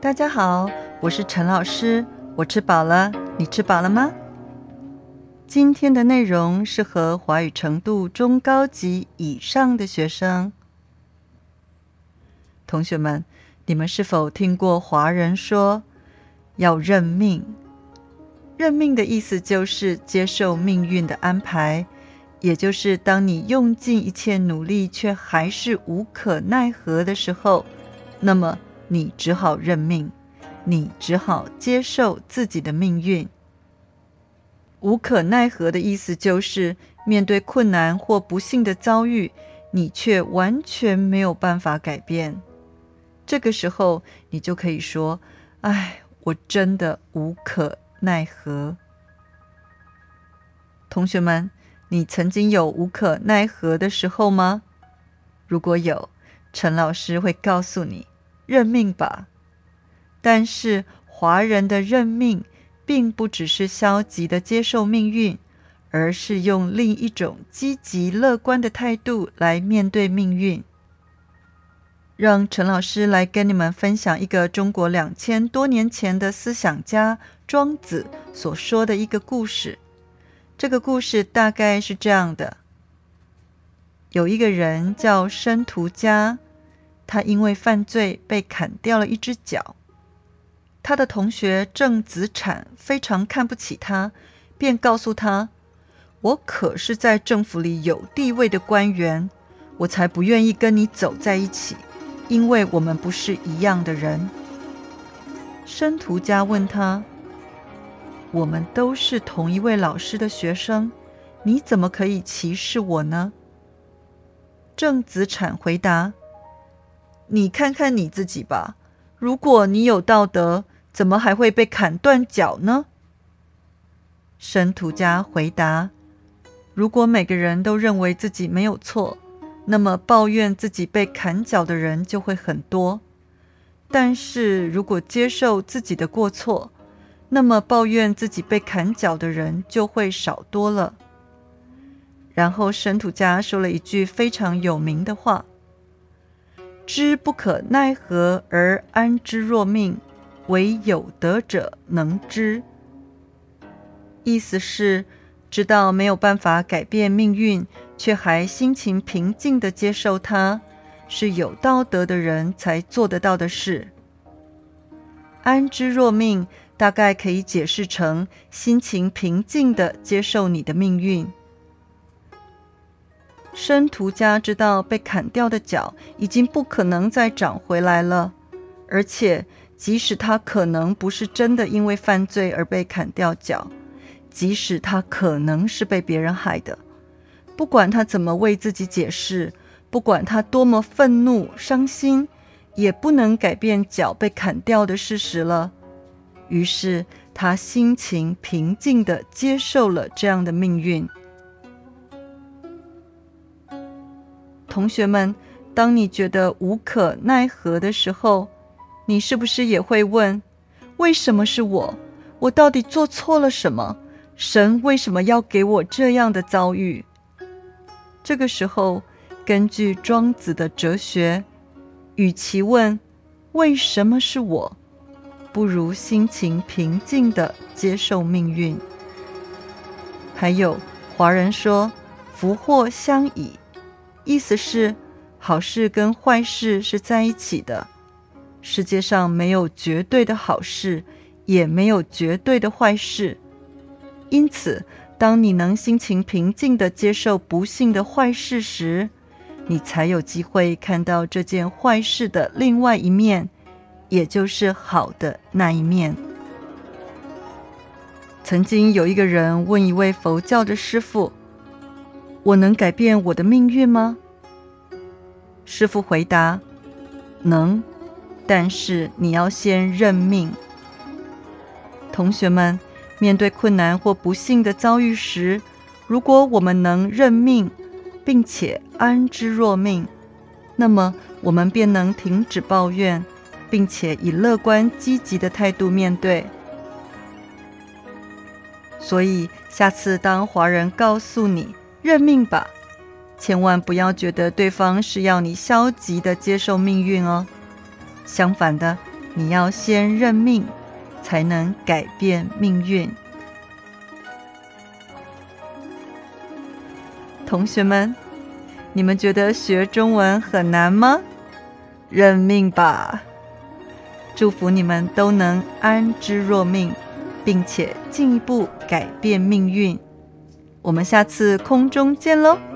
大家好，我是陈老师，我吃饱了，你吃饱了吗？今天的内容适合华语程度中高级以上的学生。同学们，你们是否听过华人说要认命？认命的意思就是接受命运的安排，也就是当你用尽一切努力却还是无可奈何的时候，那么你只好认命，你只好接受自己的命运。无可奈何的意思就是面对困难或不幸的遭遇，你却完全没有办法改变。这个时候你就可以说，我真的无可奈何。同学们，你曾经有无可奈何的时候吗？如果有，陈老师会告诉你，认命吧。但是华人的认命并不只是消极的接受命运，而是用另一种积极乐观的态度来面对命运。让陈老师来跟你们分享一个中国2000多年前的思想家庄子所说的一个故事。这个故事大概是这样的：有一个人叫申屠嘉，他因为犯罪被砍掉了一只脚。他的同学郑子产非常看不起他，便告诉他，我可是在政府里有地位的官员，我才不愿意跟你走在一起，因为我们不是一样的人。申屠嘉问他，我们都是同一位老师的学生，你怎么可以歧视我呢？郑子产回答，你看看你自己吧，如果你有道德，怎么还会被砍断脚呢？申屠嘉回答，如果每个人都认为自己没有错，那么抱怨自己被砍脚的人就会很多。但是如果接受自己的过错，那么抱怨自己被砍脚的人就会少多了。然后申屠嘉说了一句非常有名的话，知不可奈何而安之若命，唯有德者能之。意思是知道没有办法改变命运，却还心情平静地接受它，是有道德的人才做得到的事。安之若命大概可以解释成心情平静地接受你的命运。申屠嘉知道被砍掉的脚已经不可能再长回来了，而且即使他可能不是真的因为犯罪而被砍掉脚，即使他可能是被别人害的，不管他怎么为自己解释，不管他多么愤怒伤心，也不能改变脚被砍掉的事实了。于是他心情平静地接受了这样的命运。同学们，当你觉得无可奈何的时候，你是不是也会问，为什么是我？我到底做错了什么？神为什么要给我这样的遭遇？这个时候，根据庄子的哲学，与其问为什么是我，不如心情平静地接受命运。还有华人说福祸相倚，意思是好事跟坏事是在一起的，世界上没有绝对的好事，也没有绝对的坏事。因此当你能心情平静地接受不幸的坏事时，你才有机会看到这件坏事的另外一面，也就是好的那一面。曾经有一个人问一位佛教的师父，我能改变我的命运吗？师父回答，能，但是你要先认命。同学们，面对困难或不幸的遭遇时，如果我们能认命，并且安之若命，那么我们便能停止抱怨，并且以乐观积极的态度面对。所以下次当华人告诉你认命吧，千万不要觉得对方是要你消极的接受命运哦。相反的， 你要先认命，才能改变命运。同学们，你们觉得学中文很难吗？认命吧！祝福你们都能安之若命，并且进一步改变命运。我们下次空中见喽！